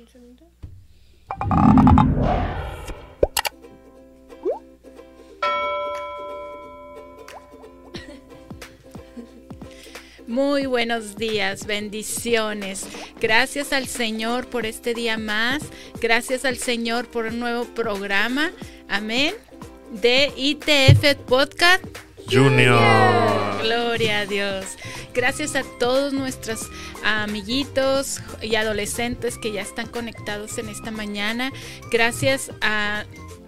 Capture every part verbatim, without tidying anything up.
sonido. Muy buenos días, bendiciones. Gracias al Señor por este día más. Gracias al Señor por un nuevo programa. Amén. De I T F Podcast Junior. Gloria a Dios. Gracias a todos nuestros amiguitos y adolescentes que ya están conectados en esta mañana. Gracias a,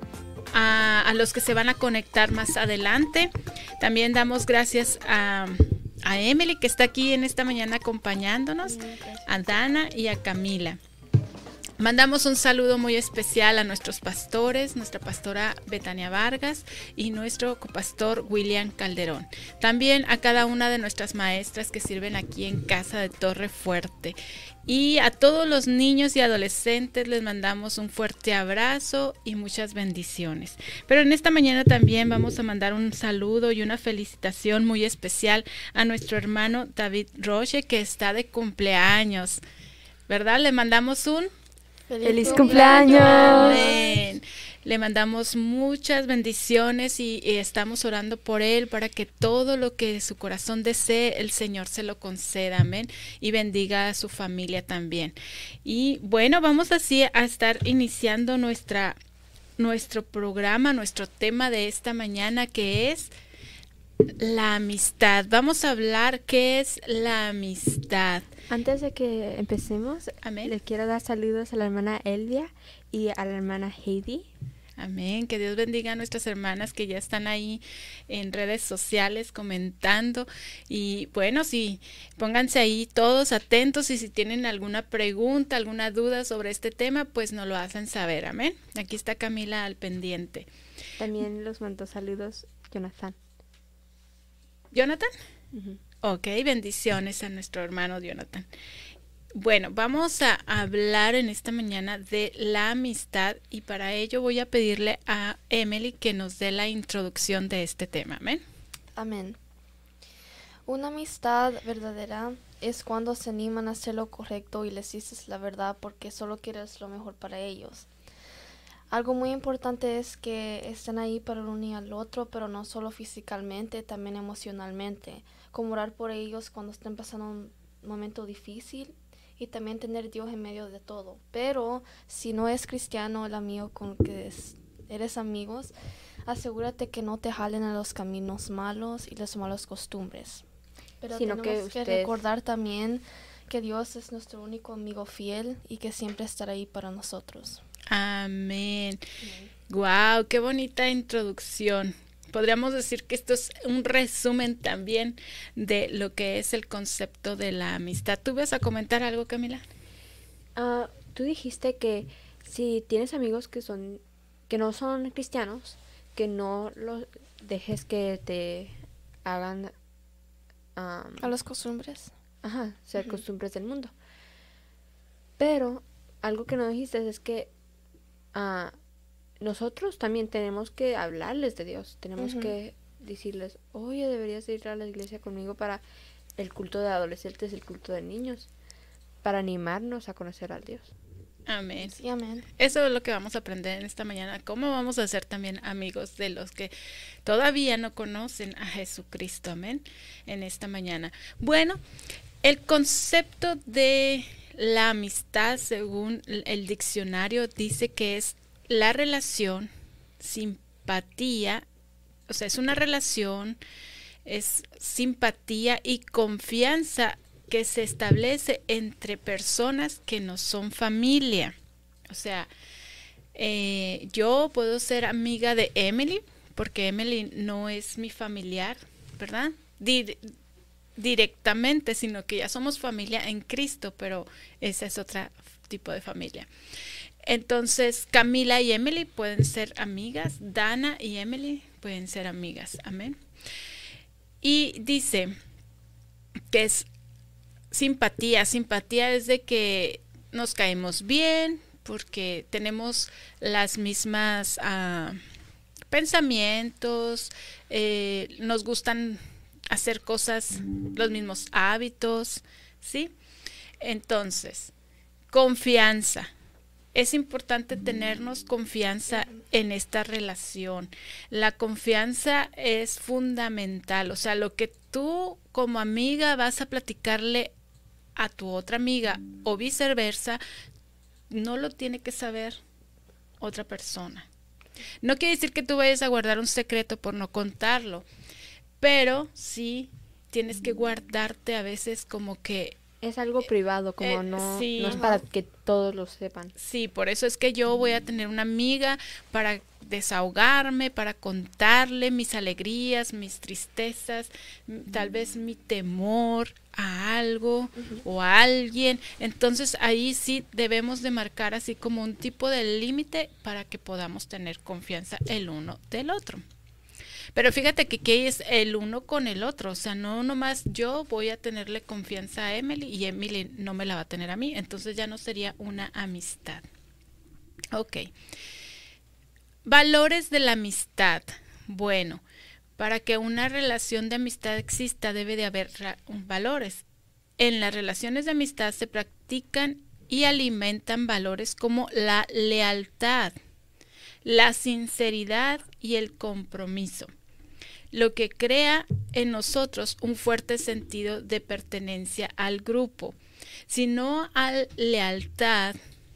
a, a los que se van a conectar más adelante. También damos gracias a, a Emily, que está aquí en esta mañana acompañándonos, a Dana y a Camila. Mandamos un saludo muy especial a nuestros pastores, nuestra pastora Betania Vargas y nuestro copastor William Calderón. También a cada una de nuestras maestras que sirven aquí en Casa de Torre Fuerte. Y a todos los niños y adolescentes les mandamos un fuerte abrazo y muchas bendiciones. Pero en esta mañana también vamos a mandar un saludo y una felicitación muy especial a nuestro hermano David Roche, que está de cumpleaños, ¿verdad? Le mandamos un ¡Feliz, ¡Feliz cumpleaños! cumpleaños! Amén. Le mandamos muchas bendiciones y, y estamos orando por él para que todo lo que su corazón desee, el Señor se lo conceda, amén, y bendiga a su familia también. Y bueno, vamos así a estar iniciando nuestra, nuestro programa, nuestro tema de esta mañana, que es la amistad. Vamos a hablar qué es la amistad. Antes de que empecemos, Amén. le quiero dar saludos a la hermana Elvia y a la hermana Heidi. Amén, que Dios bendiga a nuestras hermanas que ya están ahí en redes sociales comentando. Y bueno, sí, pónganse ahí todos atentos y si tienen alguna pregunta, alguna duda sobre este tema, pues nos lo hacen saber, amén. Aquí está Camila al pendiente. También los mando saludos Jonathan. ¿Jonathan? Uh-huh. Ok, bendiciones a nuestro hermano Jonathan. Bueno, vamos a hablar en esta mañana de la amistad y para ello voy a pedirle a Emily que nos dé la introducción de este tema. Amén. Amén. Una amistad verdadera es cuando se animan a hacer lo correcto y les dices la verdad porque solo quieres lo mejor para ellos. Algo muy importante es que estén ahí para el uno y al otro, pero no solo físicamente, también emocionalmente. Como orar por ellos cuando estén pasando un momento difícil y también tener Dios en medio de todo. Pero si no es cristiano el amigo con el que es, eres amigos, asegúrate que no te jalen a los caminos malos y las malas costumbres. Pero Sino tenemos que que, usted... recordar también que Dios es nuestro único amigo fiel y que siempre estará ahí para nosotros. Amén. Wow, qué bonita introducción. Podríamos decir que esto es un resumen también de lo que es el concepto de la amistad. ¿Tú vas a comentar algo, Camila? Uh, tú dijiste que si tienes amigos que son que no son cristianos, que no los dejes que te hagan um, A las costumbres. Ajá, ser Uh-huh. costumbres del mundo. Pero algo que no dijiste es que uh, nosotros también tenemos que hablarles de Dios. Tenemos Uh-huh. que decirles, oye, deberías ir a la iglesia conmigo para el culto de adolescentes, el culto de niños, para animarnos a conocer a Dios. Amén. Sí, amén. Eso es lo que vamos a aprender en esta mañana. ¿Cómo vamos a ser también amigos de los que todavía no conocen a Jesucristo? Amén. En esta mañana. Bueno, el concepto de la amistad, según el diccionario, dice que es la relación, simpatía, o sea, es una relación, es simpatía y confianza que se establece entre personas que no son familia. O sea, eh, yo puedo ser amiga de Emily, porque Emily no es mi familiar, ¿verdad? Di- directamente, sino que ya somos familia en Cristo, pero esa es otro tipo de familia. Entonces, Camila y Emily pueden ser amigas, Dana y Emily pueden ser amigas, amén. Y dice que es simpatía, simpatía es de que nos caemos bien porque tenemos las mismas uh, pensamientos, eh, nos gustan hacer cosas, los mismos hábitos, ¿sí? Entonces, confianza. es importante tenernos confianza en esta relación. La confianza es fundamental, o sea, lo que tú como amiga vas a platicarle a tu otra amiga o viceversa, no lo tiene que saber otra persona. No quiere decir que tú vayas a guardar un secreto por no contarlo, pero sí tienes que guardarte a veces como que es algo privado, como eh, no, sí. no es para que todos lo sepan. Sí, por eso es que yo voy a tener una amiga para desahogarme, para contarle mis alegrías, mis tristezas, tal vez mi temor a algo uh-huh. o a alguien. Entonces ahí sí debemos de marcar así como un tipo de límite para que podamos tener confianza el uno del otro. Pero fíjate que aquí es el uno con el otro, o sea, no nomás yo voy a tenerle confianza a Emily y Emily no me la va a tener a mí, entonces ya no sería una amistad. Ok. Valores de la amistad. Bueno, para que una relación de amistad exista debe de haber valores. En las relaciones de amistad se practican y alimentan valores como la lealtad, la sinceridad y el compromiso, lo que crea en nosotros un fuerte sentido de pertenencia al grupo. Si no hay lealtad,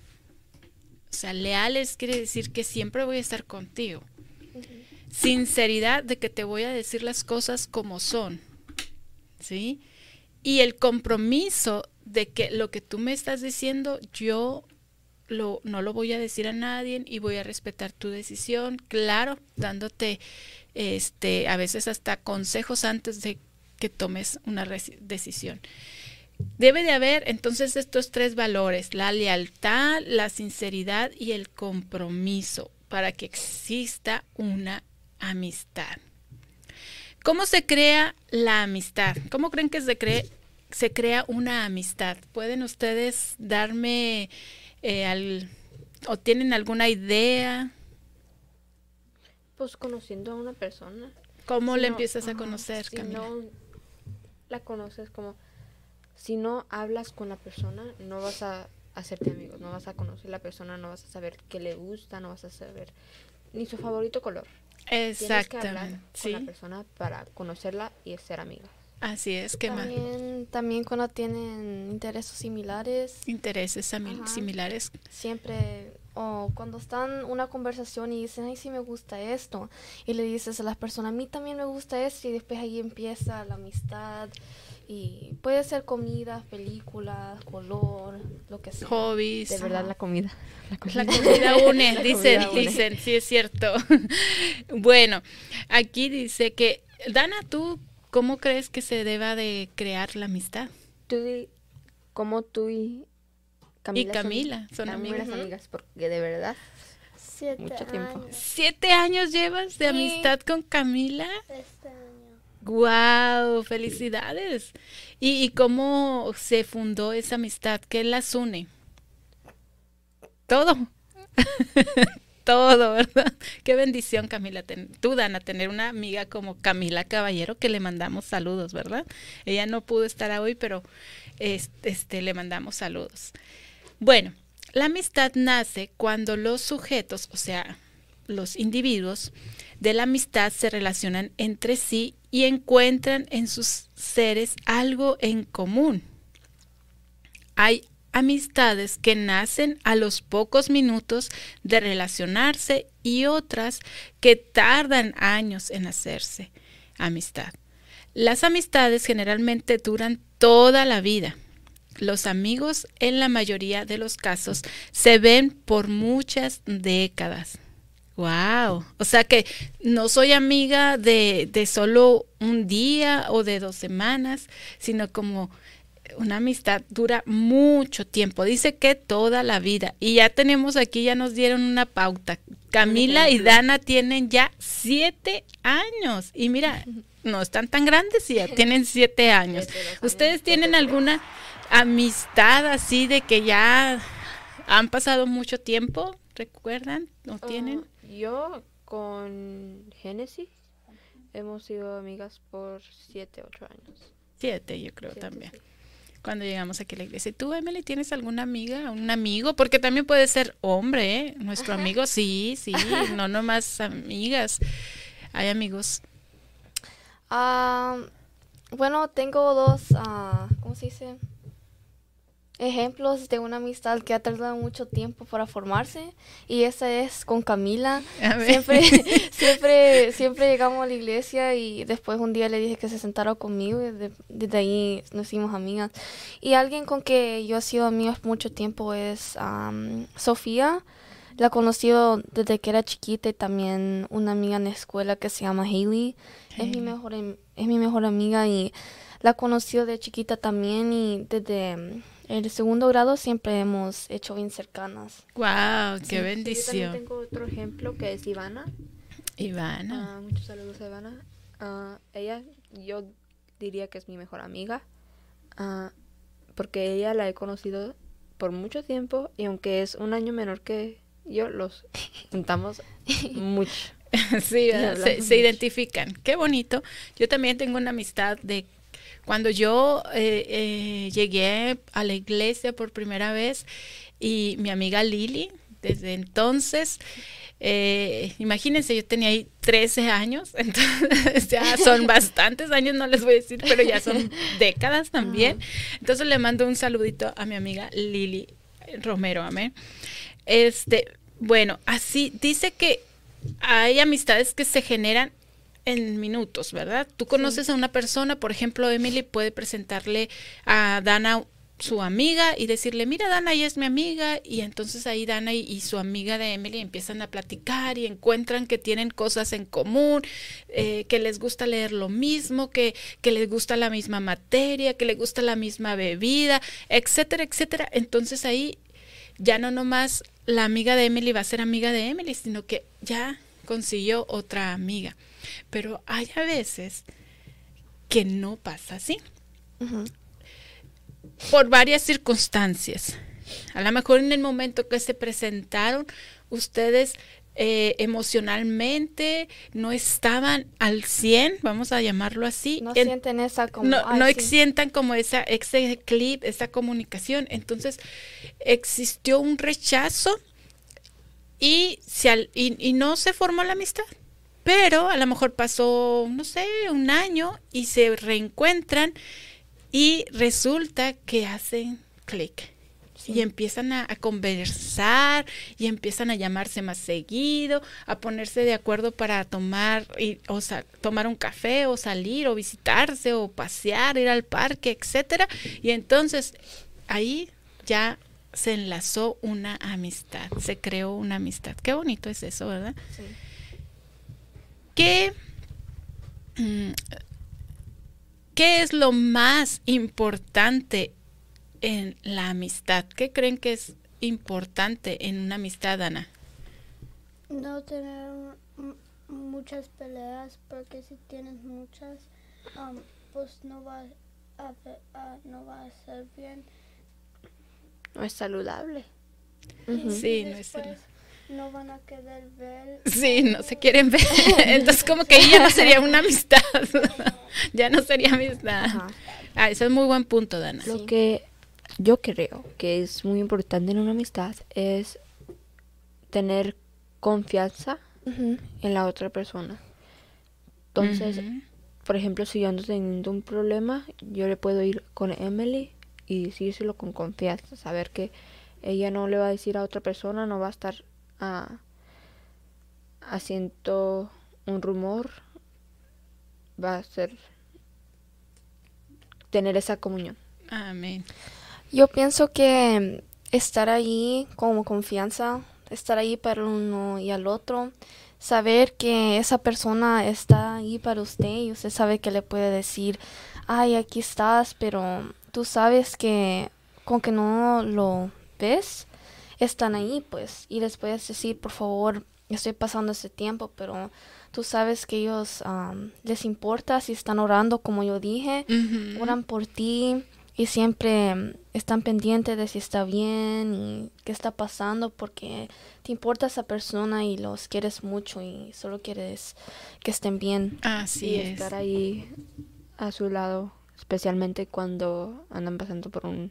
o sea, leales quiere decir que siempre voy a estar contigo. Uh-huh. Sinceridad de que te voy a decir las cosas como son, ¿sí? Y el compromiso de que lo que tú me estás diciendo, yo Lo, no lo voy a decir a nadie y voy a respetar tu decisión, claro, dándote este a veces hasta consejos antes de que tomes una decisión. Debe de haber entonces estos tres valores, la lealtad, la sinceridad y el compromiso para que exista una amistad. ¿Cómo se crea la amistad? ¿Cómo creen que se, cree, se crea una amistad? ¿Pueden ustedes darme Eh, al, o tienen alguna idea? Pues conociendo a una persona. ¿Cómo si le no, empiezas a uh, conocer, si Camila? No la conoces como, si no hablas con la persona, no vas a hacerte amigos, no vas a conocer a la persona, no vas a saber qué le gusta, no vas a saber ni su favorito color. Exactamente. Tienes que hablar con sí. la persona para conocerla y ser amiga. Así es, ¿qué más? También, también cuando tienen intereses similares. Intereses similares. Siempre, o cuando están en una conversación y dicen, ay, sí me gusta esto. Y le dices a las personas, a mí también me gusta esto. Y después ahí empieza la amistad. Y puede ser comida, películas, color, lo que sea. Hobbies. De verdad, la comida. La comida, la comida une, la dicen, comida une. dicen, sí es cierto. Bueno, aquí dice que, Dana, tú, ¿cómo crees que se deba de crear la amistad? Tú y, ¿cómo tú y Camila, y Camila son, son amigas? amigas, amigas, porque de verdad, Siete mucho años. tiempo. ¿Siete años llevas de sí. amistad con Camila? Este año. ¡Guau! ¡Felicidades! ¿Y, ¿Y cómo se fundó esa amistad? ¿Qué las une? Todo. Todo, ¿verdad? Qué bendición, Camila, ten, tú, Dana, tener una amiga como Camila Caballero, que le mandamos saludos, ¿verdad? Ella no pudo estar hoy, pero este, este, le mandamos saludos. Bueno, la amistad nace cuando los sujetos, o sea, los individuos de la amistad se relacionan entre sí y encuentran en sus seres algo en común. Hay amistades que nacen a los pocos minutos de relacionarse y otras que tardan años en hacerse amistad. Las amistades generalmente duran toda la vida. Los amigos, en la mayoría de los casos, se ven por muchas décadas. ¡Wow! O sea que no soy amiga de, de solo un día o de dos semanas, sino como una amistad dura mucho tiempo. Dice que toda la vida. Y ya tenemos aquí, ya nos dieron una pauta. Camila y Dana tienen ya siete años. Y mira, no están tan grandes y ya tienen siete años. ¿Ustedes tienen alguna amistad así de que ya han pasado mucho tiempo? ¿Recuerdan? ¿No tienen? Uh, yo con Génesis hemos sido amigas por siete, ocho años. Siete, yo creo Siete, también. Sí. cuando llegamos aquí a la iglesia. ¿Tú, Emily, tienes alguna amiga, un amigo? Porque también puede ser hombre, ¿eh? Nuestro amigo, sí, sí, no nomás amigas. Hay amigos. Ah, bueno, tengo dos, ah, ¿cómo se dice? Ejemplos de una amistad que ha tardado mucho tiempo para formarse, y esa es con Camila. A ver. Siempre, siempre, siempre llegamos a la iglesia y después un día le dije que se sentara conmigo y de- desde ahí nos hicimos amigas. Y alguien con que yo he sido amiga por mucho tiempo es am, Sofía. La he conocido desde que era chiquita, y también una amiga en la escuela que se llama Hailey. Es mi Hailey. mejor, am- es mi mejor amiga, y la he conocido de chiquita también, y desde mm, el segundo grado siempre hemos hecho bien cercanas. Wow, qué Sí, yo bendición. también tengo otro ejemplo que es Ivana. Ivana. Ah, muchos saludos a Ivana. Ah, ella, yo diría que es mi mejor amiga. Ah, porque ella la he conocido por mucho tiempo, y aunque es un año menor que yo, los juntamos mucho. Sí, ¿verdad? hablamos se, se mucho. identifican. Qué bonito. Yo también tengo una amistad de cuando yo eh, eh, llegué a la iglesia por primera vez, y mi amiga Lili, desde entonces, eh, imagínense, yo tenía ahí trece años, entonces ya son bastantes años, no les voy a decir, pero ya son décadas también. Entonces le mando un saludito a mi amiga Lili Romero, amén. Este, bueno, así dice que hay amistades que se generan en minutos, ¿verdad? Tú conoces a una persona, por ejemplo, Emily puede presentarle a Dana su amiga y decirle, mira, Dana, ella es mi amiga, y entonces ahí Dana y, y su amiga de Emily empiezan a platicar y encuentran que tienen cosas en común, eh, que les gusta leer lo mismo, que, que les gusta la misma materia, que les gusta la misma bebida, etcétera, etcétera. Entonces ahí ya no nomás la amiga de Emily va a ser amiga de Emily, sino que ya consiguió otra amiga. Pero hay a veces que no pasa así, Ujú. por varias circunstancias. A lo mejor en el momento que se presentaron, ustedes eh, emocionalmente no estaban al cien, vamos a llamarlo así. No En- sienten esa como... no, ay, no sí. sientan como esa, ese clip, esa comunicación. Entonces existió un rechazo y, se al- y, y no se formó la amistad. Pero a lo mejor pasó, no sé, un año y se reencuentran y resulta que hacen clic. Sí. Y empiezan a, a conversar y empiezan a llamarse más seguido, a ponerse de acuerdo para tomar, y, o sa- tomar un café o salir o visitarse o pasear, ir al parque, etcétera. Y entonces ahí ya se enlazó una amistad, se creó una amistad. Qué bonito es eso, ¿verdad? Sí. ¿Qué, mm, ¿Qué es lo más importante en la amistad? ¿Qué creen que es importante en una amistad, Ana? No tener m- muchas peleas, porque si tienes muchas, um, pues no va a, ve- a- no va a ser bien. No es saludable. Ujú. Y Sí, no es después no van a querer ver. Sí, no se quieren ver. Entonces como que ahí ya no sería una amistad. Ya no sería amistad. Ajá. Ah, eso es muy buen punto, Dana. Sí. Lo que yo creo que es muy importante en una amistad es tener confianza Ujú. en la otra persona. Entonces, Ujú. por ejemplo, si yo ando teniendo un problema, yo le puedo ir con Emily y decírselo con confianza, saber que ella no le va a decir a otra persona, no va a estar ah, haciendo un rumor, va a ser tener esa comunión. Amén. Yo pienso que estar ahí como confianza, estar ahí para uno y al otro, saber que esa persona está ahí para usted y usted sabe que le puede decir, ay, aquí estás, pero tú sabes que con que no lo ves, están ahí, pues, y les puedes decir, por favor, estoy pasando ese tiempo, pero tú sabes que ellos am, les importa si están orando, como yo dije, Ujú. oran por ti y siempre mm, están pendientes de si está bien y qué está pasando, porque te importa esa persona y los quieres mucho y solo quieres que estén bien. Así y es. estar ahí a su lado especialmente cuando andan pasando por un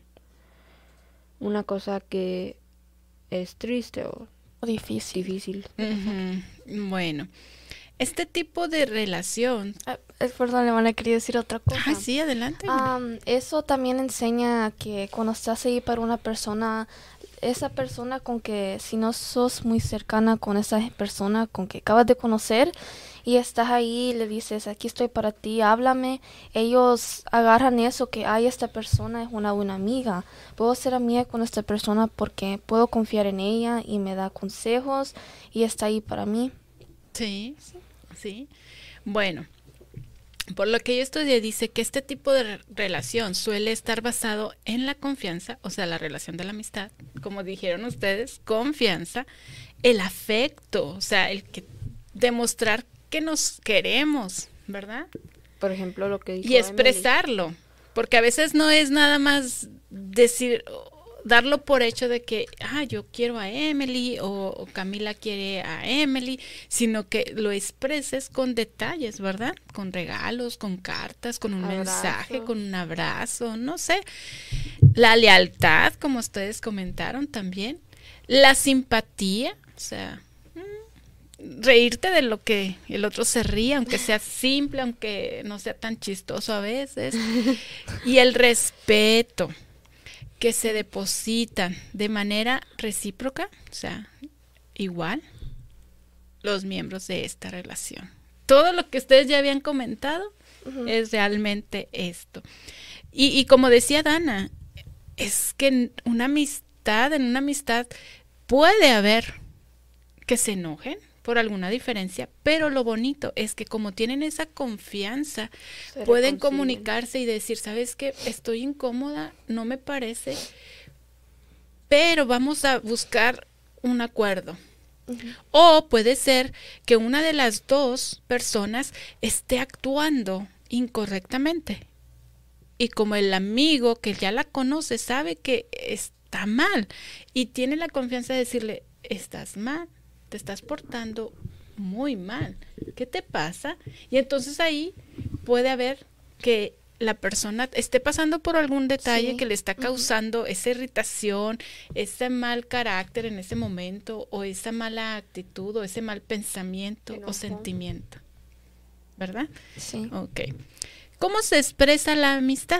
una cosa que es triste o Difícil. difícil. Ujú. Bueno, este tipo de relación. Ah, eh, perdón, le van a querer decir otra cosa. Ah, sí, adelante. Am, eso también enseña que cuando estás ahí para una persona, esa persona con que si no sos muy cercana con esa persona con que acabas de conocer y estás ahí y le dices, aquí estoy para ti, háblame, ellos agarran eso que, ay, esta persona es una buena amiga, puedo ser amiga con esta persona porque puedo confiar en ella y me da consejos y está ahí para mí. Sí, sí. Bueno, por lo que yo estudié, dice que este tipo de re- relación suele estar basado en la confianza, o sea, la relación de la amistad, como dijeron ustedes, confianza, el afecto, o sea, el que demostrar que nos queremos, ¿verdad? Por ejemplo, lo que dijo Y Emily. expresarlo, porque a veces no es nada más decir, darlo por hecho de que, ah, yo quiero a Emily o, o Camila quiere a Emily, sino que lo expreses con detalles, ¿verdad? Con regalos, con cartas, con un Abrazos. mensaje, con un abrazo, no sé. La lealtad, como ustedes comentaron también. La simpatía, o sea, mm, reírte de lo que el otro se ríe, aunque sea simple, aunque no sea tan chistoso a veces. Y el respeto que se depositan de manera recíproca, o sea, igual, los miembros de esta relación. Todo lo que ustedes ya habían comentado Ujú. es realmente esto. Y, y como decía Dana, es que en una amistad, en una amistad puede haber que se enojen por alguna diferencia, pero lo bonito es que como tienen esa confianza, Se pueden reconcilian. comunicarse y decir, ¿sabes qué? Estoy incómoda, no me parece, pero vamos a buscar un acuerdo. Ujú. O puede ser que una de las dos personas esté actuando incorrectamente. Y como el amigo que ya la conoce sabe que está mal y tiene la confianza de decirle, estás mal, te estás portando muy mal, ¿qué te pasa? Y entonces ahí puede haber que la persona esté pasando por algún detalle Sí. que le está Ujú. causando esa irritación, ese mal carácter en ese momento, o esa mala actitud, o ese mal pensamiento o Enojo. sentimiento, ¿verdad? Sí. Ok. ¿Cómo se expresa la amistad?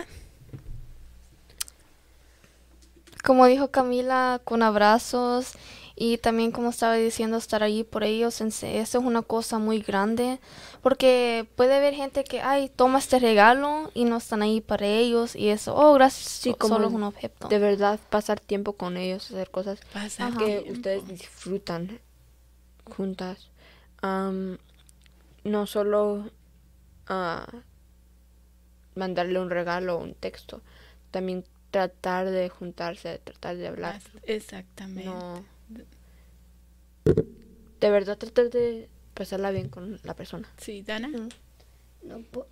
Como dijo Camila, con abrazos y también como estaba diciendo, estar ahí por ellos, en se- eso es una cosa muy grande, porque puede haber gente que, ay, toma este regalo y no están ahí para ellos y eso, oh, gracias, Sí, so- como solo es un objeto. De verdad, pasar tiempo con ellos, hacer cosas Pasar que tiempo. ustedes disfrutan juntas. Am, no solo ah, mandarle un regalo o un texto, también tratar de juntarse, tratar de hablar. Pas- Exactamente. No. De verdad, tratar de pasarla bien con la persona. Sí, Dana. Ujú. No, pu-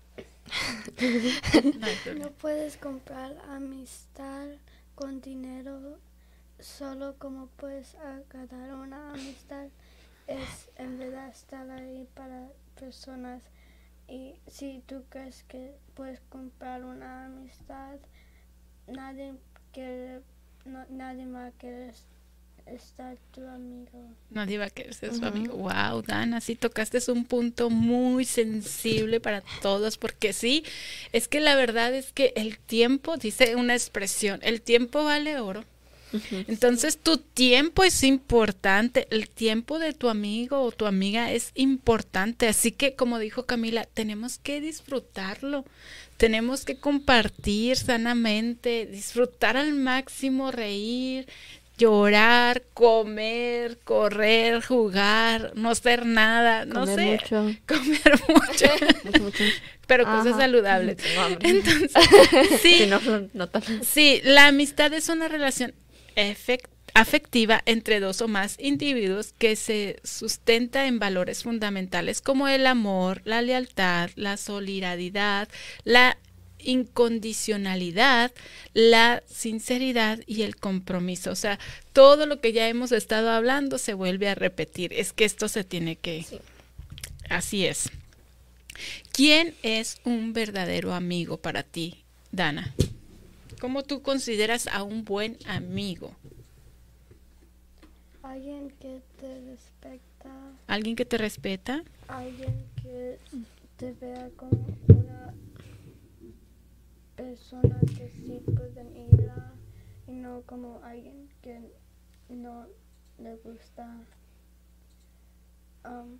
No hay problema. no puedes comprar amistad con dinero, solo como puedes ganar una amistad es en verdad estar ahí para personas. Y si tú crees que puedes comprar una amistad, nadie quiere, no- nadie va a querer estar tu amigo. Nadie va a querer ser su Ujú. amigo. Wow, Dana, sí tocaste un punto muy sensible para todos, porque sí, es que la verdad es que el tiempo, dice una expresión, el tiempo vale oro. Entonces tu tiempo es importante, el tiempo de tu amigo o tu amiga es importante, así que como dijo Camila, tenemos que disfrutarlo, tenemos que compartir sanamente, disfrutar al máximo, reír, llorar, comer, correr, jugar, no hacer nada, no Comer sé, mucho. comer mucho, Mucho, mucho. pero cosas Ajá. saludables. Tengo hambre. Entonces, sí, Si no, no tan. sí, la amistad es una relación efec- afectiva entre dos o más individuos que se sustenta en valores fundamentales como el amor, la lealtad, la solidaridad, la incondicionalidad, la sinceridad y el compromiso. O sea, todo lo que ya hemos estado hablando se vuelve a repetir. Es que esto se tiene que... Sí. Así es. ¿Quién es un verdadero amigo para ti, Dana? ¿Cómo tú consideras a un buen amigo? Alguien que te respeta, ¿Alguien que te respeta? alguien que te vea como una persona que sí pueden ir a, y no como alguien que no le gusta. um,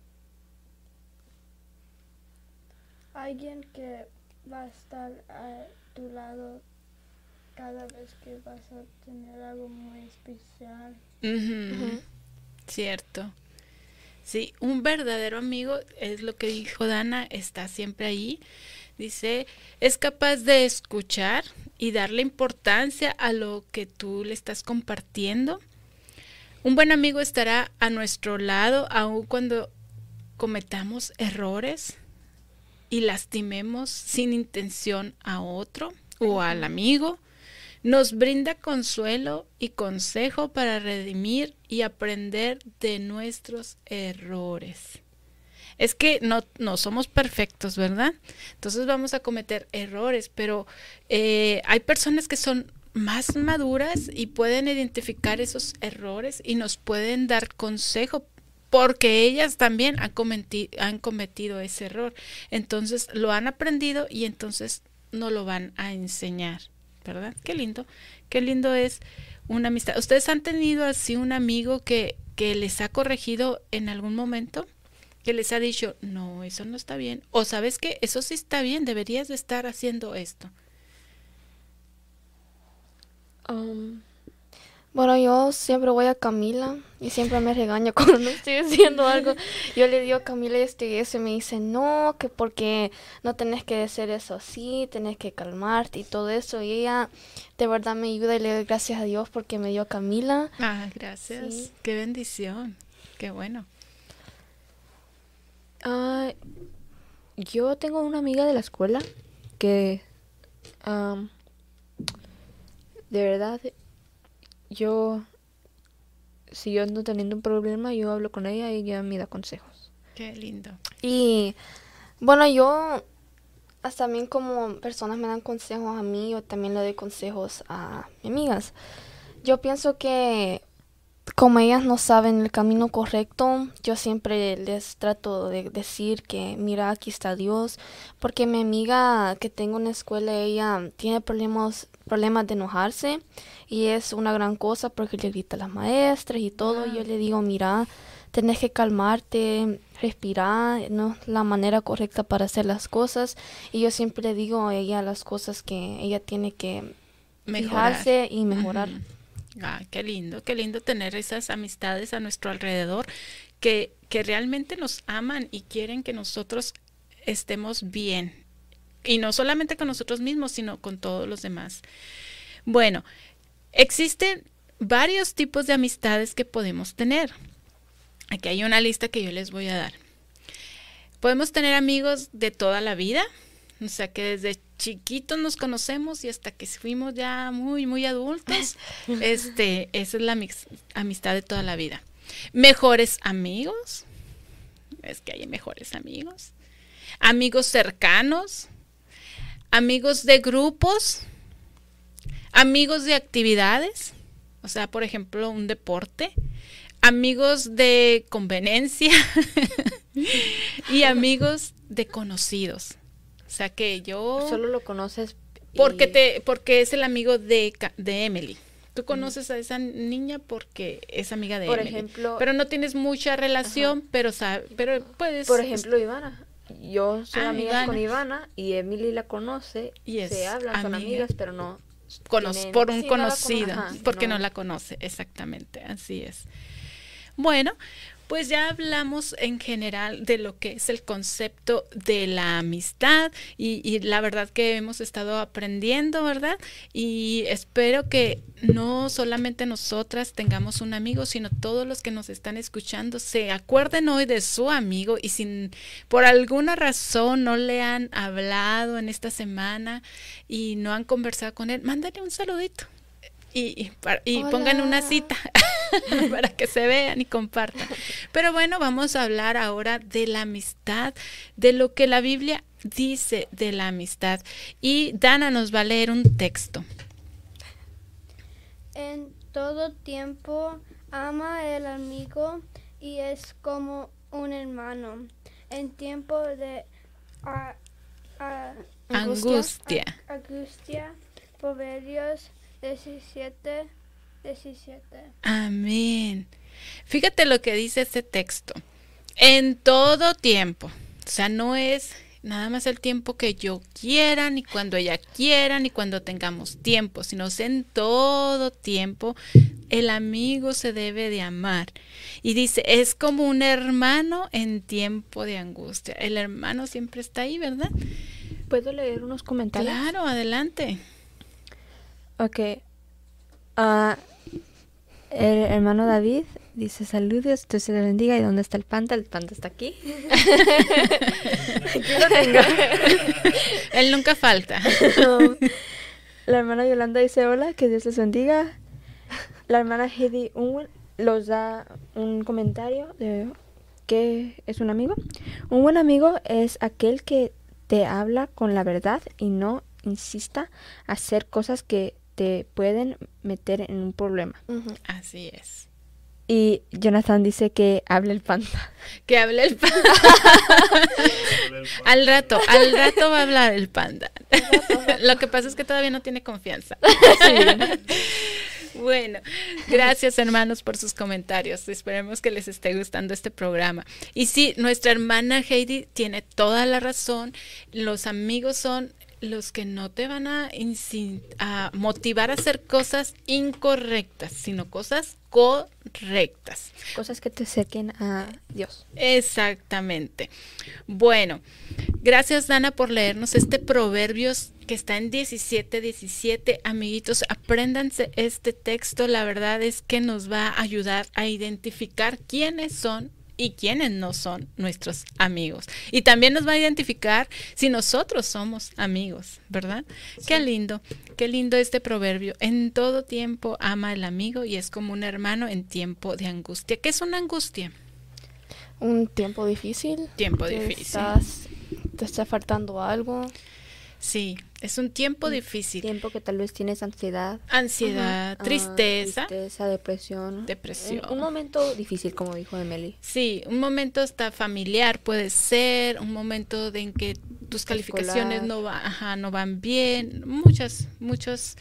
alguien que va a estar a tu lado cada vez que vas a tener algo muy especial. Ujú. Ujú. Cierto. Sí, un verdadero amigo es lo que dijo Dana, está siempre ahí. Dice, es capaz de escuchar y darle importancia a lo que tú le estás compartiendo. Un buen amigo estará a nuestro lado aun cuando cometamos errores y lastimemos sin intención a otro o al amigo. Nos brinda consuelo y consejo para redimir y aprender de nuestros errores. Es que no, no somos perfectos, ¿verdad? Entonces vamos a cometer errores, pero eh, hay personas que son más maduras y pueden identificar esos errores y nos pueden dar consejo porque ellas también han cometido, han cometido ese error. Entonces lo han aprendido y entonces no lo van a enseñar, ¿verdad? Qué lindo, qué lindo es una amistad. ¿Ustedes han tenido así un amigo que, que les ha corregido en algún momento? Que les ha dicho, no, eso no está bien. O sabes que eso sí está bien, deberías de estar haciendo esto. Um, Bueno, yo siempre voy a Camila y siempre me regaña cuando no estoy haciendo algo. Yo le digo a Camila esto y eso y me dice, no, que porque no tenés que hacer eso así, tenés que calmarte y todo eso. Y ella de verdad me ayuda y le doy gracias a Dios porque me dio a Camila. Ah, gracias. Sí. Qué bendición. Qué bueno. ah, yo tengo una amiga de la escuela que um, de verdad yo si yo ando teniendo un problema yo hablo con ella y ella me da consejos. Qué lindo. Y bueno, yo hasta también como personas me dan consejos a mí, yo también le doy consejos a mis amigas. Yo pienso que como ellas no saben el camino correcto, yo siempre les trato de decir que mira, aquí está Dios, porque mi amiga que tengo en la escuela, ella tiene problemas problemas de enojarse y es una gran cosa porque le grita a las maestras y todo. Wow. Yo le digo, mira, tenés que calmarte, respirar, no es la manera correcta para hacer las cosas. Y yo siempre le digo a ella las cosas que ella tiene que Mejorar. fijarse y mejorar. Ujú. Ah, qué lindo, qué lindo tener esas amistades a nuestro alrededor que, que realmente nos aman y quieren que nosotros estemos bien. Y no solamente con nosotros mismos, sino con todos los demás. Bueno, existen varios tipos de amistades que podemos tener. Aquí hay una lista que yo les voy a dar. Podemos tener amigos de toda la vida, o sea que desde chiquitos nos conocemos y hasta que fuimos ya muy, muy adultos, este, esa es la amix- amistad de toda la vida. Mejores amigos, es que hay mejores amigos. Amigos cercanos, amigos de grupos, amigos de actividades, o sea, por ejemplo, un deporte, amigos de conveniencia y amigos de conocidos. O sea que yo Solo lo conoces y- porque te porque es el amigo de Ca- de Emily. Tú conoces a esa niña porque es amiga de Por Emily. ejemplo- pero no tienes mucha relación, pero sabe, pero puedes Por ejemplo, Ivana. Yo soy Ah, amiga con Ivana. Ivana y Emily la conoce. Y es se hablan, son amiga. amigas, pero no cono- tienen- por un sí, no la conocido, conoce. Ajá, porque no. no. la conoce, exactamente, así es. Bueno, pues ya hablamos en general de lo que es el concepto de la amistad y, y la verdad que hemos estado aprendiendo, ¿verdad? Y espero que no solamente nosotras tengamos un amigo, sino todos los que nos están escuchando se acuerden hoy de su amigo y si por alguna razón no le han hablado en esta semana y no han conversado con él, mándale un saludito y, y, pa- y Hola. pongan una cita. para que se vean y compartan. Pero bueno, vamos a hablar ahora de la amistad, de lo que la Biblia dice de la amistad. Y Dana nos va a leer un texto. En todo tiempo ama el amigo y es como un hermano. En tiempo de a- a- Angustia. a- angustia, Proverbios diecisiete, diecisiete. Amén. Fíjate lo que dice este texto. En todo tiempo. O sea, no es nada más el tiempo que yo quiera, ni cuando ella quiera, ni cuando tengamos tiempo, sino es en todo tiempo. El amigo se debe de amar. Y dice, es como un hermano en tiempo de angustia. El hermano siempre está ahí, ¿verdad? ¿Puedo leer unos comentarios? Claro, adelante. Ok. Ah, el hermano David dice, saludos, Dios se le bendiga. ¿Y dónde está el panda? El panda está aquí. Aquí lo tengo. Él nunca falta. La hermana Yolanda dice, hola, que Dios les bendiga. La hermana Heidi Unwin los da un comentario de que es un amigo. Un buen amigo es aquel que te habla con la verdad y no insista a hacer cosas que te pueden meter en un problema. Ujú. Así es. Y Jonathan dice que hable el panda. Que hable el panda. Al rato, al rato va a hablar el panda. Lo que pasa es que todavía no tiene confianza. Bueno, gracias hermanos por sus comentarios. Esperemos que les esté gustando este programa. Y sí, nuestra hermana Heidi tiene toda la razón. Los amigos son los que no te van a, insi- a motivar a hacer cosas incorrectas, sino cosas correctas. Cosas que te acerquen a Dios. Exactamente. Bueno, gracias Dana por leernos este Proverbios que está en diecisiete diecisiete. Amiguitos, apréndanse este texto. La verdad es que nos va a ayudar a identificar quiénes son y quiénes no son nuestros amigos. Y también nos va a identificar si nosotros somos amigos, ¿verdad? Sí. Qué lindo, qué lindo este proverbio. En todo tiempo ama el amigo y es como un hermano en tiempo de angustia. ¿Qué es una angustia? Un tiempo difícil. Tiempo que difícil. Estás, te está faltando algo. Sí, es un tiempo difícil. Tiempo que tal vez tienes ansiedad. Ansiedad, uh-huh. tristeza. Uh, tristeza, depresión. Depresión. Un, un momento difícil, como dijo Emily. Sí, un momento hasta familiar puede ser, un momento de en que tus calificaciones no, va, ajá, no van bien, muchas, muchos.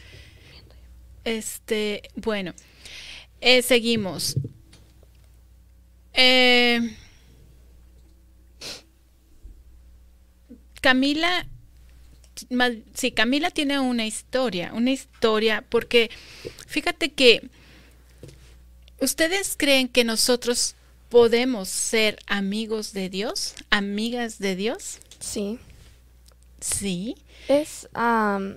Este, bueno, eh, seguimos. Eh, Camila, sí, Camila tiene una historia, una historia, porque fíjate que ¿ustedes creen que nosotros podemos ser amigos de Dios, amigas de Dios? Sí. Sí. Es, um,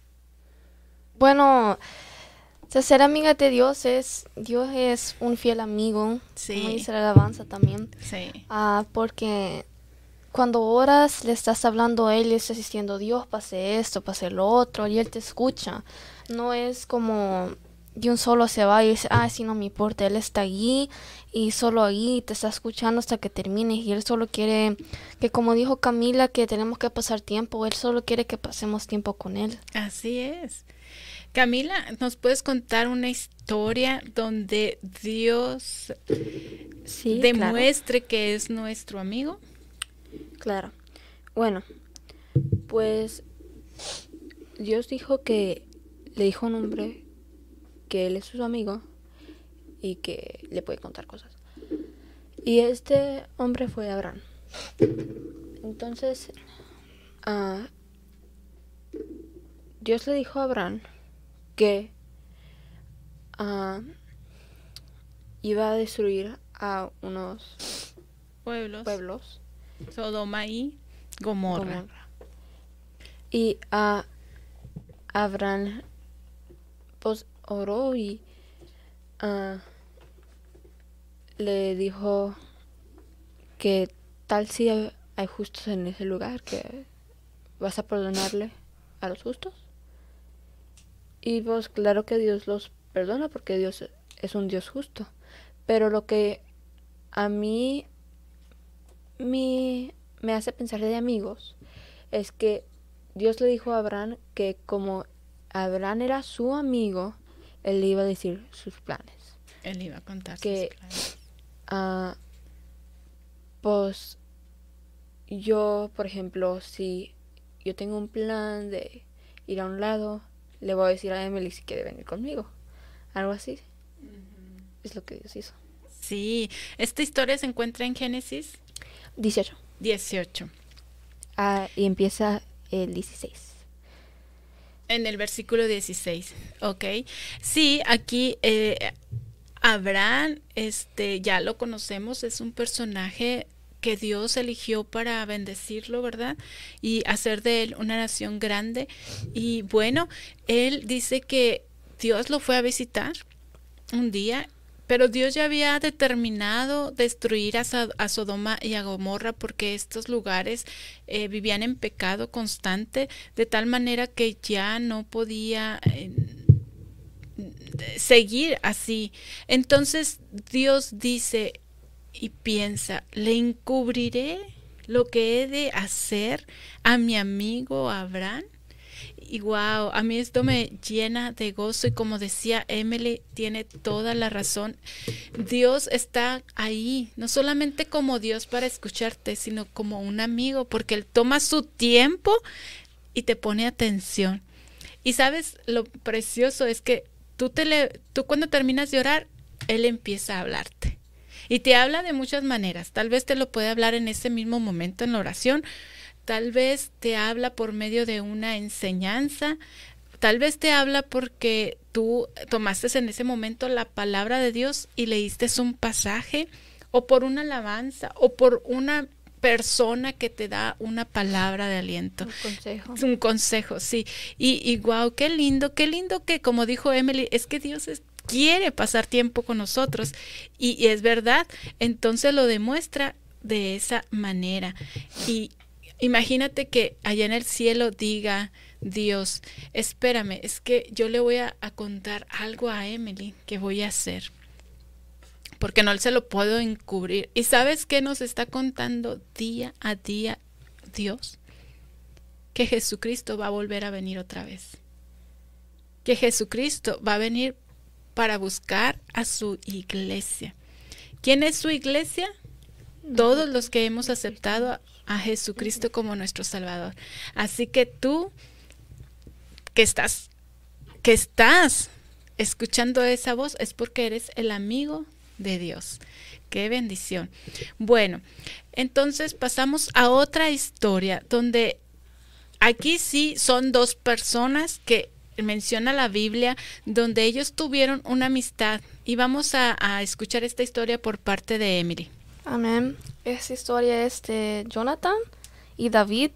bueno, ser amiga de Dios es, Dios es un fiel amigo, sí. Como dice la alabanza también. Sí. Uh, porque cuando oras, le estás hablando a Él, le estás diciendo, Dios, pase esto, pase lo otro, y Él te escucha. No es como de un solo se va y dice, ah, sí, no me importa, Él está allí y solo ahí te está escuchando hasta que termines. Y Él solo quiere que, como dijo Camila, que tenemos que pasar tiempo, Él solo quiere que pasemos tiempo con Él. Así es. Camila, ¿nos puedes contar una historia donde Dios sí, demuestre claro. que es nuestro amigo? Claro. Bueno, pues Dios dijo que le dijo a un hombre que él es su amigo y que le puede contar cosas. Y este hombre fue Abraham. Entonces, uh, Dios le dijo a Abraham que uh, iba a destruir a unos pueblos. pueblos Sodoma y Gomorra. Gomorra. Y a uh, Abraham pues oró y uh, le dijo que tal si hay, hay justos en ese lugar, que vas a perdonarle a los justos. Y pues claro que Dios los perdona porque Dios es un Dios justo. Pero lo que a mí me, me hace pensar de amigos es que Dios le dijo a Abraham que como Abraham era su amigo, él le iba a decir sus planes. Él iba a contar Que, sus planes. Uh, pues yo, por ejemplo, si yo tengo un plan de ir a un lado, le voy a decir a Emily si quiere venir conmigo. Algo así. Uh-huh. Es lo que Dios hizo. Sí, esta historia se encuentra en Génesis dieciocho. dieciocho. Ah, y empieza el dieciséis. En el versículo dieciséis, ok. Sí, aquí eh, Abraham, este, ya lo conocemos, es un personaje que Dios eligió para bendecirlo, ¿verdad? Y hacer de él una nación grande. Y bueno, él dice que Dios lo fue a visitar un día, pero Dios ya había determinado destruir a, a Sodoma y a Gomorra porque estos lugares eh, vivían en pecado constante, de tal manera que ya no podía eh, seguir así. Entonces Dios dice y piensa, ¿le encubriré lo que he de hacer a mi amigo Abraham? Y wow, a mí esto me llena de gozo y como decía Emily, tiene toda la razón. Dios está ahí, no solamente como Dios para escucharte, sino como un amigo, porque Él toma su tiempo y te pone atención. Y sabes, lo precioso es que tú, te le, tú cuando terminas de orar, Él empieza a hablarte. Y te habla de muchas maneras. Tal vez te lo puede hablar en ese mismo momento en la oración. Tal vez te habla por medio de una enseñanza, tal vez te habla porque tú tomaste en ese momento la palabra de Dios y leíste un pasaje, o por una alabanza, o por una persona que te da una palabra de aliento. Un consejo. Un consejo, sí. Y, y wow, qué lindo, qué lindo que, como dijo Emily, es que Dios es, quiere pasar tiempo con nosotros. Y, y es verdad, entonces lo demuestra de esa manera. Y imagínate que allá en el cielo diga Dios, espérame, es que yo le voy a, a contar algo a Emily que voy a hacer, porque no se lo puedo encubrir. ¿Y sabes qué nos está contando día a día Dios? Que Jesucristo va a volver a venir otra vez. Que Jesucristo va a venir para buscar a su iglesia. ¿Quién es su iglesia? Todos los que hemos aceptado a, a Jesucristo como nuestro Salvador. Así que tú que estás, que estás escuchando esa voz es porque eres el amigo de Dios. Qué bendición. Bueno, entonces pasamos a otra historia donde aquí sí son dos personas que menciona la Biblia, donde ellos tuvieron una amistad, y vamos a, a escuchar esta historia por parte de Emily. Amén. Esta historia es de Jonathan y David.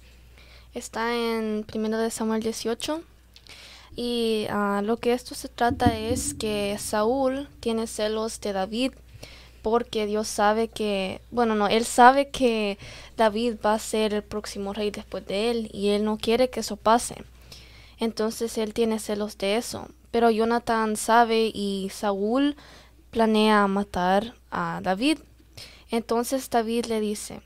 Está en primero de Samuel dieciocho. Y uh, lo que esto se trata es que Saúl tiene celos de David porque Dios sabe que, bueno, no, él sabe que David va a ser el próximo rey después de él y él no quiere que eso pase. Entonces él tiene celos de eso. Pero Jonathan sabe y Saúl planea matar a David. Entonces David le dice,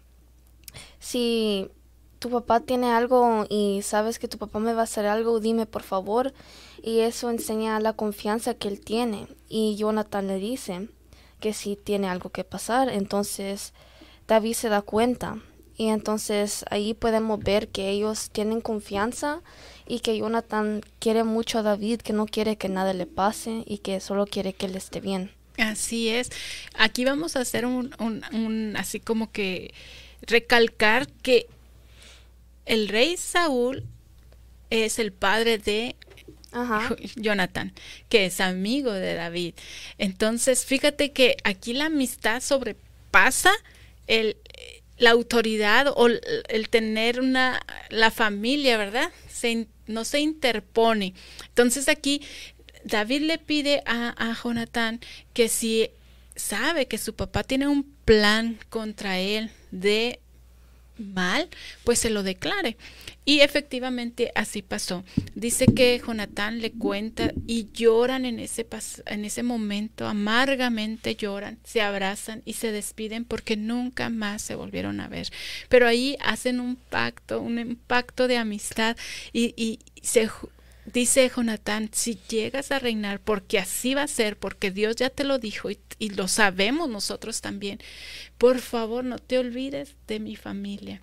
si tu papá tiene algo y sabes que tu papá me va a hacer algo, dime por favor. Y eso enseña la confianza que él tiene. Y Jonathan le dice que si tiene algo que pasar. Entonces David se da cuenta. Y entonces ahí podemos ver que ellos tienen confianza y que Jonathan quiere mucho a David, que no quiere que nada le pase y que solo quiere que él esté bien. Así es. Aquí vamos a hacer un, un, un así como que recalcar que el rey Saúl es el padre de Ajá. Jonathan, que es amigo de David. Entonces, fíjate que aquí la amistad sobrepasa el, la autoridad o el, el tener una la familia, ¿verdad? Se, no se interpone. Entonces aquí David le pide a, a Jonathan que si sabe que su papá tiene un plan contra él de mal, pues se lo declare. Y efectivamente así pasó. Dice que Jonatán le cuenta y lloran en ese, pas- en ese momento, amargamente lloran, se abrazan y se despiden porque nunca más se volvieron a ver. Pero ahí hacen un pacto, un, un pacto de amistad y, y se ju- dice Jonatán, si llegas a reinar, porque así va a ser, porque Dios ya te lo dijo y, y lo sabemos nosotros también, por favor no te olvides de mi familia.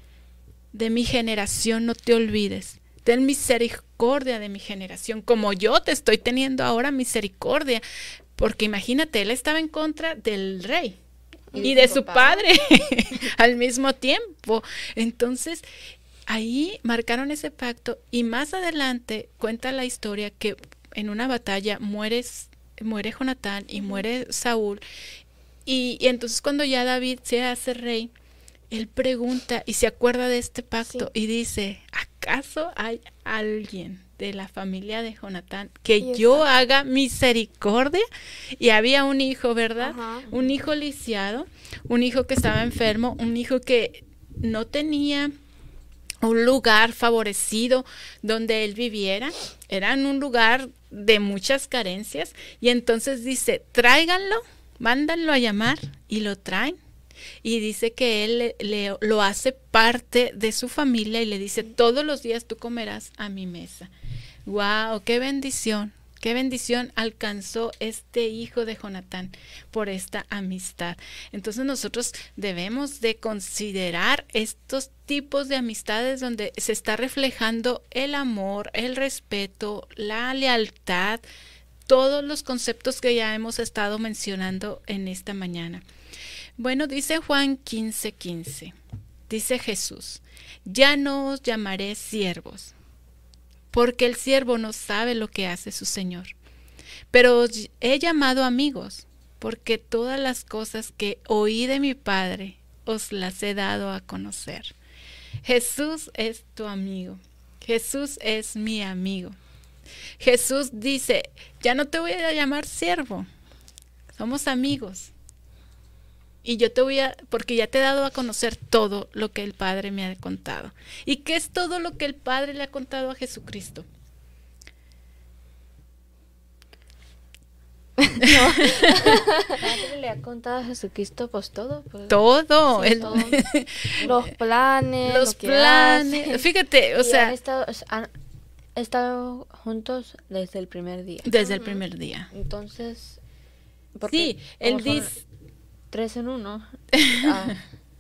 De mi generación no te olvides. Ten misericordia de mi generación, como yo te estoy teniendo ahora misericordia. Porque imagínate, él estaba en contra del rey y, y de su padre al mismo tiempo. Entonces, ahí marcaron ese pacto y más adelante cuenta la historia que en una batalla muere, muere Jonatán y muere Saúl. Y, y entonces cuando ya David se hace rey, él pregunta y se acuerda de este pacto sí. y dice, ¿acaso hay alguien de la familia de Jonatán que yo haga misericordia? Y había un hijo, ¿verdad? Ajá. Un hijo lisiado, un hijo que estaba enfermo, un hijo que no tenía un lugar favorecido donde él viviera, era en un lugar de muchas carencias, y entonces dice, tráiganlo, mándanlo a llamar, y lo traen. Y dice que él le, le, lo hace parte de su familia y le dice, todos los días tú comerás a mi mesa. ¡Wow! ¡Qué bendición! ¡Qué bendición alcanzó este hijo de Jonatán por esta amistad! Entonces nosotros debemos de considerar estos tipos de amistades donde se está reflejando el amor, el respeto, la lealtad, todos los conceptos que ya hemos estado mencionando en esta mañana. Bueno, dice Juan quince quince, dice Jesús, ya no os llamaré siervos, porque el siervo no sabe lo que hace su Señor, pero os he llamado amigos, porque todas las cosas que oí de mi Padre os las he dado a conocer. Jesús es tu amigo, Jesús es mi amigo. Jesús dice, ya no te voy a llamar siervo, somos amigos. Y yo te voy a, porque ya te he dado a conocer todo lo que el Padre me ha contado. ¿Y qué es todo lo que el Padre le ha contado a Jesucristo? No. El Padre le ha contado a Jesucristo pues todo. Pues. Todo. Sí, el, todo. Los planes. Los lo que planes. hace. Fíjate, o y sea. Han estado, han estado juntos desde el primer día. Desde uh-huh. el primer día. Entonces. Sí, él dice. Tres en uno. Ah,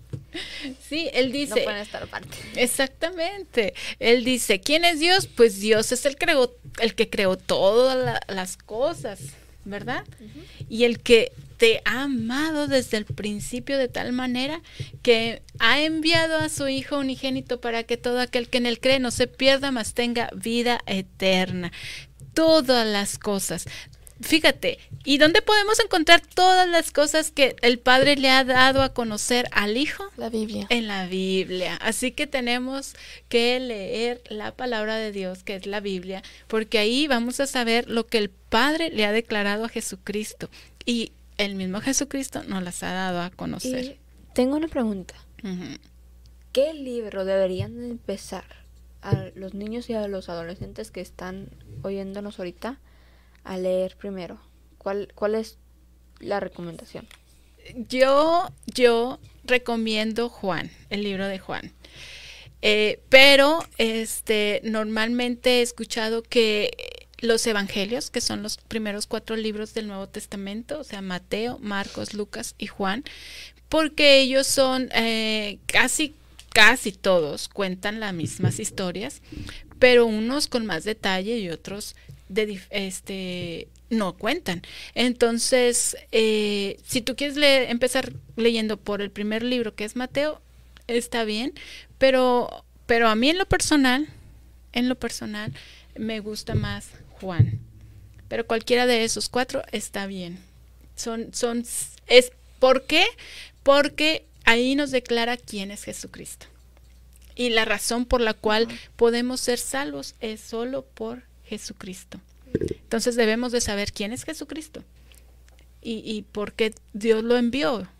sí, él dice. No pueden estar aparte. Exactamente. Él dice, ¿quién es Dios? Pues Dios es el, creó, el que creó todas la, las cosas, ¿verdad? Uh-huh. Y el que te ha amado desde el principio de tal manera que ha enviado a su Hijo unigénito para que todo aquel que en él cree no se pierda, mas tenga vida eterna. Todas las cosas. Fíjate, ¿y dónde podemos encontrar todas las cosas que el Padre le ha dado a conocer al Hijo? La Biblia. En la Biblia. Así que tenemos que leer la palabra de Dios, que es la Biblia, porque ahí vamos a saber lo que el Padre le ha declarado a Jesucristo. Y el mismo Jesucristo nos las ha dado a conocer. Y tengo una pregunta. Uh-huh. ¿Qué libro deberían empezar a los niños y a los adolescentes que están oyéndonos ahorita a leer primero? ¿Cuál, cuál es la recomendación? Yo, yo recomiendo Juan, el libro de Juan. Eh, pero este, normalmente he escuchado que los evangelios, que son los primeros cuatro libros del Nuevo Testamento, o sea, Mateo, Marcos, Lucas y Juan, porque ellos son eh, casi, casi todos cuentan las mismas historias, pero unos con más detalle y otros de este no cuentan. Entonces, eh, si tú quieres leer, empezar leyendo por el primer libro, que es Mateo, está bien, pero, pero a mí en lo personal, en lo personal, me gusta más Juan. Pero cualquiera de esos cuatro está bien. Son, son, es, ¿por qué? Porque ahí nos declara quién es Jesucristo. Y la razón por la cual uh-huh. podemos ser salvos es solo por Jesucristo. Entonces debemos de saber quién es Jesucristo y, y por qué Dios lo envió.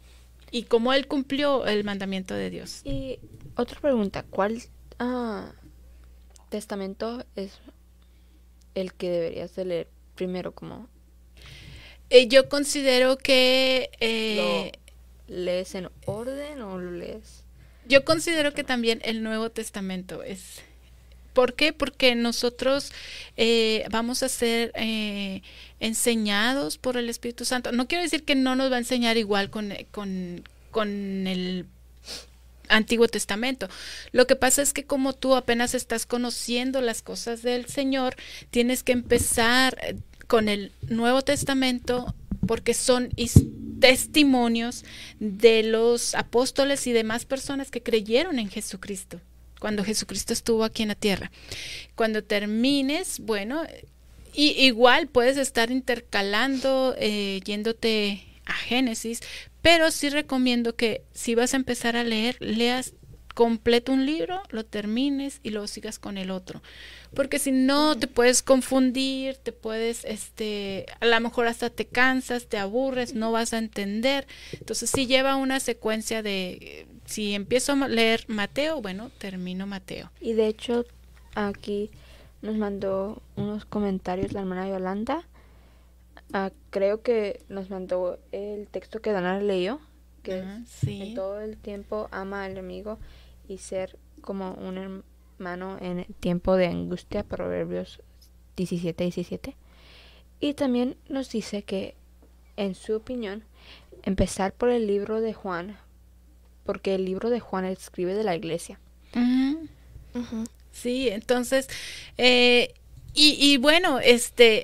y cómo él cumplió el mandamiento de Dios. Y otra pregunta, ¿cuál ah, testamento es el que deberías de leer primero? Como Eh, yo considero que eh, ¿lo lees en orden o lo lees? yo considero que también el Nuevo Testamento es. ¿Por qué? Porque nosotros eh, vamos a ser eh, enseñados por el Espíritu Santo. No quiero decir que no nos va a enseñar igual con, con, con el Antiguo Testamento. Lo que pasa es que como tú apenas estás conociendo las cosas del Señor, tienes que empezar con el Nuevo Testamento porque son testimonios de los apóstoles y demás personas que creyeron en Jesucristo cuando Jesucristo estuvo aquí en la tierra. Cuando termines, bueno, y igual puedes estar intercalando, eh, yéndote a Génesis, pero sí recomiendo que si vas a empezar a leer, leas completo un libro, lo termines y luego sigas con el otro. Porque si no, te puedes confundir, te puedes, este, a lo mejor hasta te cansas, te aburres, no vas a entender. Entonces sí lleva una secuencia de, si empiezo a leer Mateo, bueno, termino Mateo. Y de hecho, aquí nos mandó unos comentarios la hermana Yolanda. Uh, creo que nos mandó el texto que Dana leyó, que Ah, es, sí. en todo el tiempo ama al enemigo y ser como un hermano en el tiempo de angustia, Proverbios diecisiete diecisiete. Y también nos dice que, en su opinión, empezar por el libro de Juan, porque el libro de Juan escribe de la iglesia. Ujú. Ujú. Sí, entonces, eh, y, y bueno, este,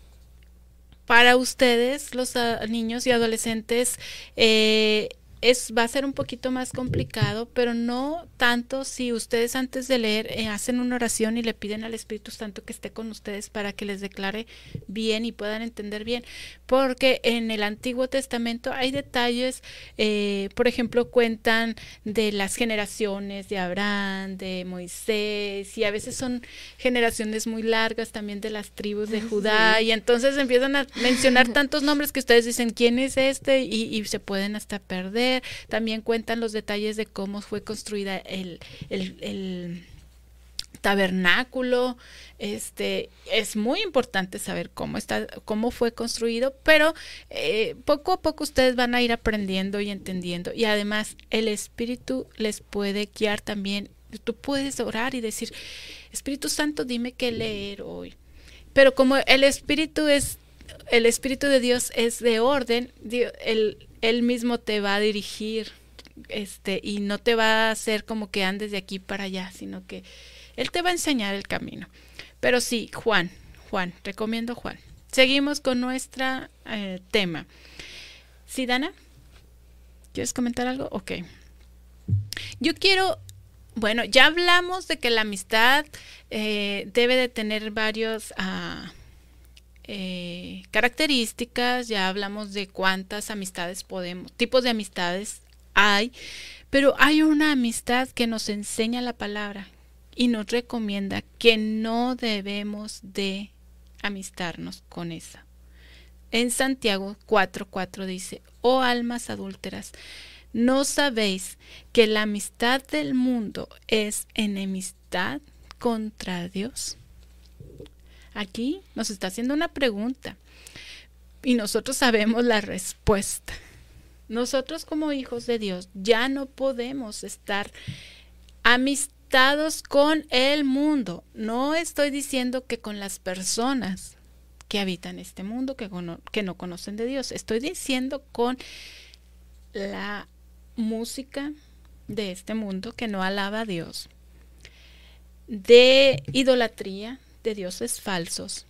para ustedes, los uh, niños y adolescentes, eh, es, va a ser un poquito más complicado, pero no tanto si ustedes antes de leer eh, hacen una oración y le piden al Espíritu Santo que esté con ustedes para que les declare bien y puedan entender bien, porque en el Antiguo Testamento hay detalles, eh, por ejemplo, cuentan de las generaciones de Abraham, de Moisés, y a veces son generaciones muy largas también de las tribus de Judá, y entonces empiezan a mencionar tantos nombres que ustedes dicen, ¿quién es este? Y, y se pueden hasta perder. También cuentan los detalles de cómo fue construida el, el, el tabernáculo. Este, es muy importante saber cómo está, cómo fue construido, pero eh, poco a poco ustedes van a ir aprendiendo y entendiendo, y además el Espíritu les puede guiar también. Tú puedes orar y decir, Espíritu Santo, dime qué leer hoy. Pero como el Espíritu es, el Espíritu de Dios es de orden, Dios, el Él mismo te va a dirigir, este, y no te va a hacer como que andes de aquí para allá, sino que Él te va a enseñar el camino. Pero sí, Juan, Juan, recomiendo Juan. Seguimos con nuestro eh, tema. ¿Sí, Dana? ¿Quieres comentar algo? Ok. Yo quiero, bueno, ya hablamos de que la amistad eh, debe de tener varios Uh, Eh, características, ya hablamos de cuántas amistades podemos, tipos de amistades hay, pero hay una amistad que nos enseña la palabra y nos recomienda que no debemos de amistarnos con esa. En Santiago cuatro cuatro dice, oh almas adúlteras, ¿no sabéis que la amistad del mundo es enemistad contra Dios? Aquí nos está haciendo una pregunta y nosotros sabemos la respuesta. Nosotros como hijos de Dios ya no podemos estar amistados con el mundo. No estoy diciendo que con las personas que habitan este mundo, que, cono- que no conocen de Dios. Estoy diciendo con la música de este mundo que no alaba a Dios, de idolatría, de dioses falsos,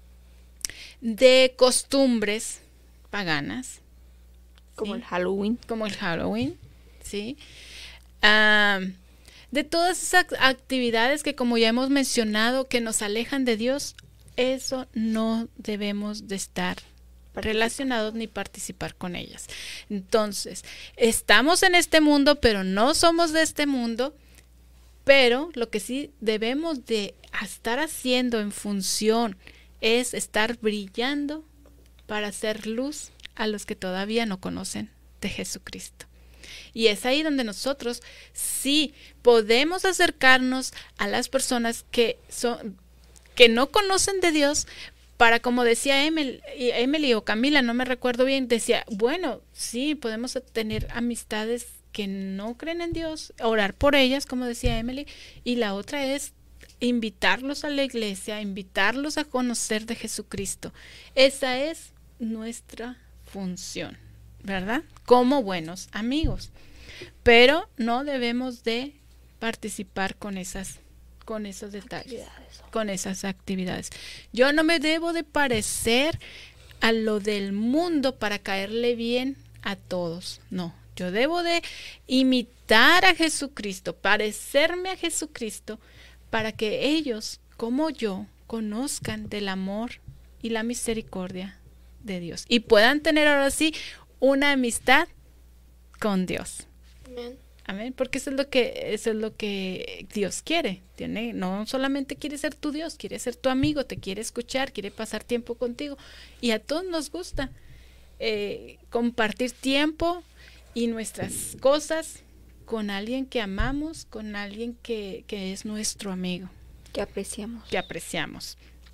de costumbres paganas, Como ¿sí? el Halloween. Como el Halloween, ¿sí? Ah, de todas esas actividades que, como ya hemos mencionado, que nos alejan de Dios, eso no debemos de estar relacionados ni participar con ellas. Entonces, estamos en este mundo, pero no somos de este mundo. Pero lo que sí debemos de estar haciendo en función es estar brillando para hacer luz a los que todavía no conocen de Jesucristo. Y es ahí donde nosotros sí podemos acercarnos a las personas que son, que no conocen de Dios, para, como decía Emily, Emily o Camila, no me recuerdo bien, decía, bueno, sí, podemos tener amistades que no creen en Dios, orar por ellas, como decía Emily, y la otra es invitarlos a la iglesia, invitarlos a conocer de Jesucristo. Esa es nuestra función, ¿verdad? Como buenos amigos. Pero no debemos de participar con esas, con esos detalles, con esas actividades. Yo no me debo de parecer a lo del mundo para caerle bien a todos, no. Yo debo de imitar a Jesucristo, parecerme a Jesucristo, para que ellos, como yo, conozcan del amor y la misericordia de Dios y puedan tener ahora sí una amistad con Dios. Amén. Amén, porque eso es lo que eso es lo que Dios quiere. Tiene, no solamente quiere ser tu Dios, quiere ser tu amigo, te quiere escuchar, quiere pasar tiempo contigo. Y a todos nos gusta eh, compartir tiempo y nuestras cosas con alguien que amamos, con alguien que, que es nuestro amigo. Que apreciamos. Que apreciamos.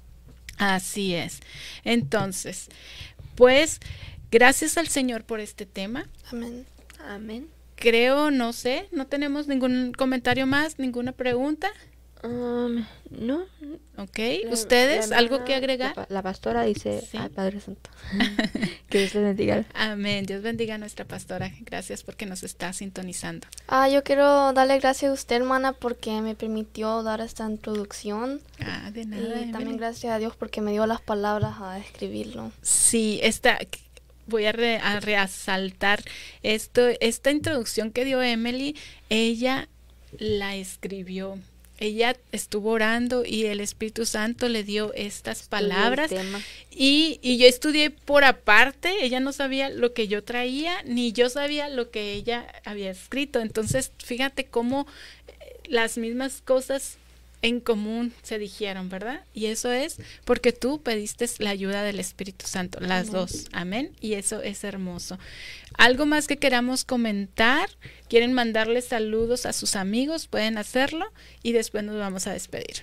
Así es. Entonces, pues, gracias al Señor por este tema. Amén. Amén. Creo, no sé, no tenemos ningún comentario más, ninguna pregunta. Um, no. Ok, La- ¿ustedes la algo hermana- que agregar? La, pa- la pastora dice, Sí. ay, Padre Santo, que Dios les bendiga. Amén, Dios bendiga a nuestra pastora. Gracias porque nos está sintonizando. Ah, yo quiero darle gracias a usted, hermana, porque me permitió dar esta introducción. Ah, de Y nada. también Emily. gracias a Dios porque me dio las palabras a escribirlo. Sí, esta, voy a, re- a resaltar esto, esta introducción que dio Emily, ella la escribió. Ella estuvo orando y el Espíritu Santo le dio estas palabras. Estudié el tema. Y, y yo estudié por aparte, ella no sabía lo que yo traía, ni yo sabía lo que ella había escrito. Entonces, fíjate cómo eh, las mismas cosas en común se dijeron, ¿verdad? Y eso es porque tú pediste la ayuda del Espíritu Santo, las Amén. dos, amén. Y eso es hermoso. ¿Algo más que queramos comentar? ¿Quieren mandarle saludos a sus amigos? Pueden hacerlo y después nos vamos a despedir.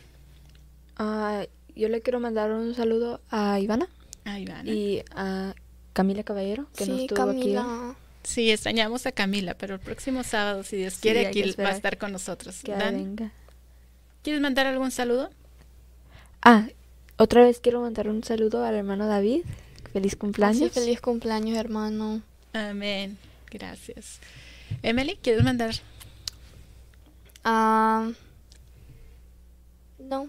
Ah, yo le quiero mandar un saludo a Ivana Ahí van. y a Camila Caballero, que no Sí, estuvo aquí. Camila. Sí, extrañamos a Camila, pero el próximo sábado, si Dios Sí, quiere, hay aquí que va a esperar estar con nosotros. Que Dan, venga. ¿quieres mandar algún saludo? Ah, otra vez quiero mandar un saludo al hermano David. Feliz cumpleaños. Sí, feliz cumpleaños, hermano. Amén. Gracias. Emily, ¿quieres mandar? Ah, no.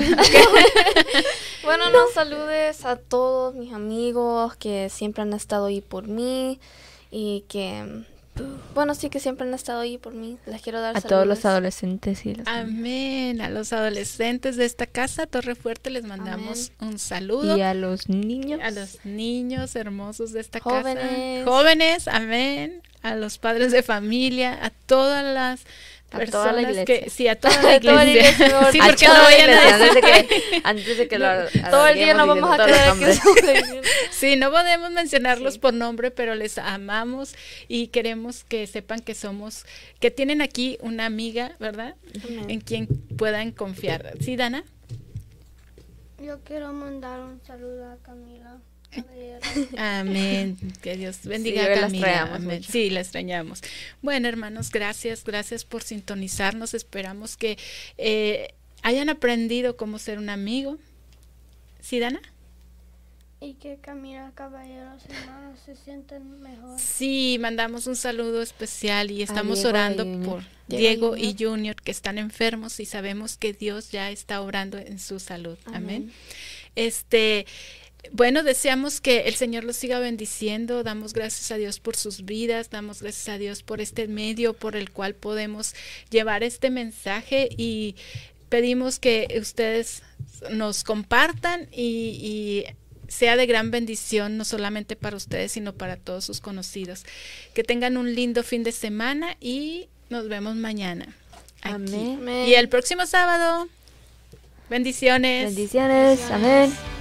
Bueno, no, saludes a todos mis amigos que siempre han estado ahí por mí y que, bueno, sí que siempre han estado ahí por mí. Les quiero dar A saludos. todos los adolescentes y las Amén. A los adolescentes de esta casa, Torre Fuerte, les mandamos un saludo. y a los niños. A los niños hermosos de esta Jóvenes. casa. Jóvenes, amén. A los padres de familia, a todas las A personas toda la iglesia. que sí, a toda la A toda la iglesia. iglesia, mejor Sí, dicho. porque A no toda la vayan a iglesia, decir- antes de que, antes de que lo Todo el día nos alarguemos vamos a diciendo quedar todos los aquí. nombres. Sí, no podemos mencionarlos Sí. por nombre, pero les amamos y queremos que sepan que somos, que tienen aquí una amiga, ¿verdad? Amén. En quien puedan confiar. ¿Sí, Dana? Yo quiero mandar un saludo a Camila Caballero. Amén. Que Dios bendiga Sí, a la Camila. extrañamos Amén. mucho. Sí, la extrañamos. Bueno, hermanos, gracias, gracias por sintonizarnos. Esperamos que eh, hayan aprendido cómo ser un amigo. ¿Sí, Dana? Y que Camila Caballero, sus hermanos, se sienten mejor. Sí, mandamos un saludo especial y estamos Diego y orando Junior. por Diego Diego y y Junior que están enfermos y sabemos que Dios ya está obrando en su salud. Amén. Amén. Este, bueno, deseamos que el Señor los siga bendiciendo. Damos gracias a Dios por sus vidas, damos gracias a Dios por este medio por el cual podemos llevar este mensaje y pedimos que ustedes nos compartan y, y sea de gran bendición, no solamente para ustedes, sino para todos sus conocidos. Que tengan un lindo fin de semana y nos vemos mañana. Aquí. Amén. Amén. Y el próximo sábado. Bendiciones. Bendiciones. Amén.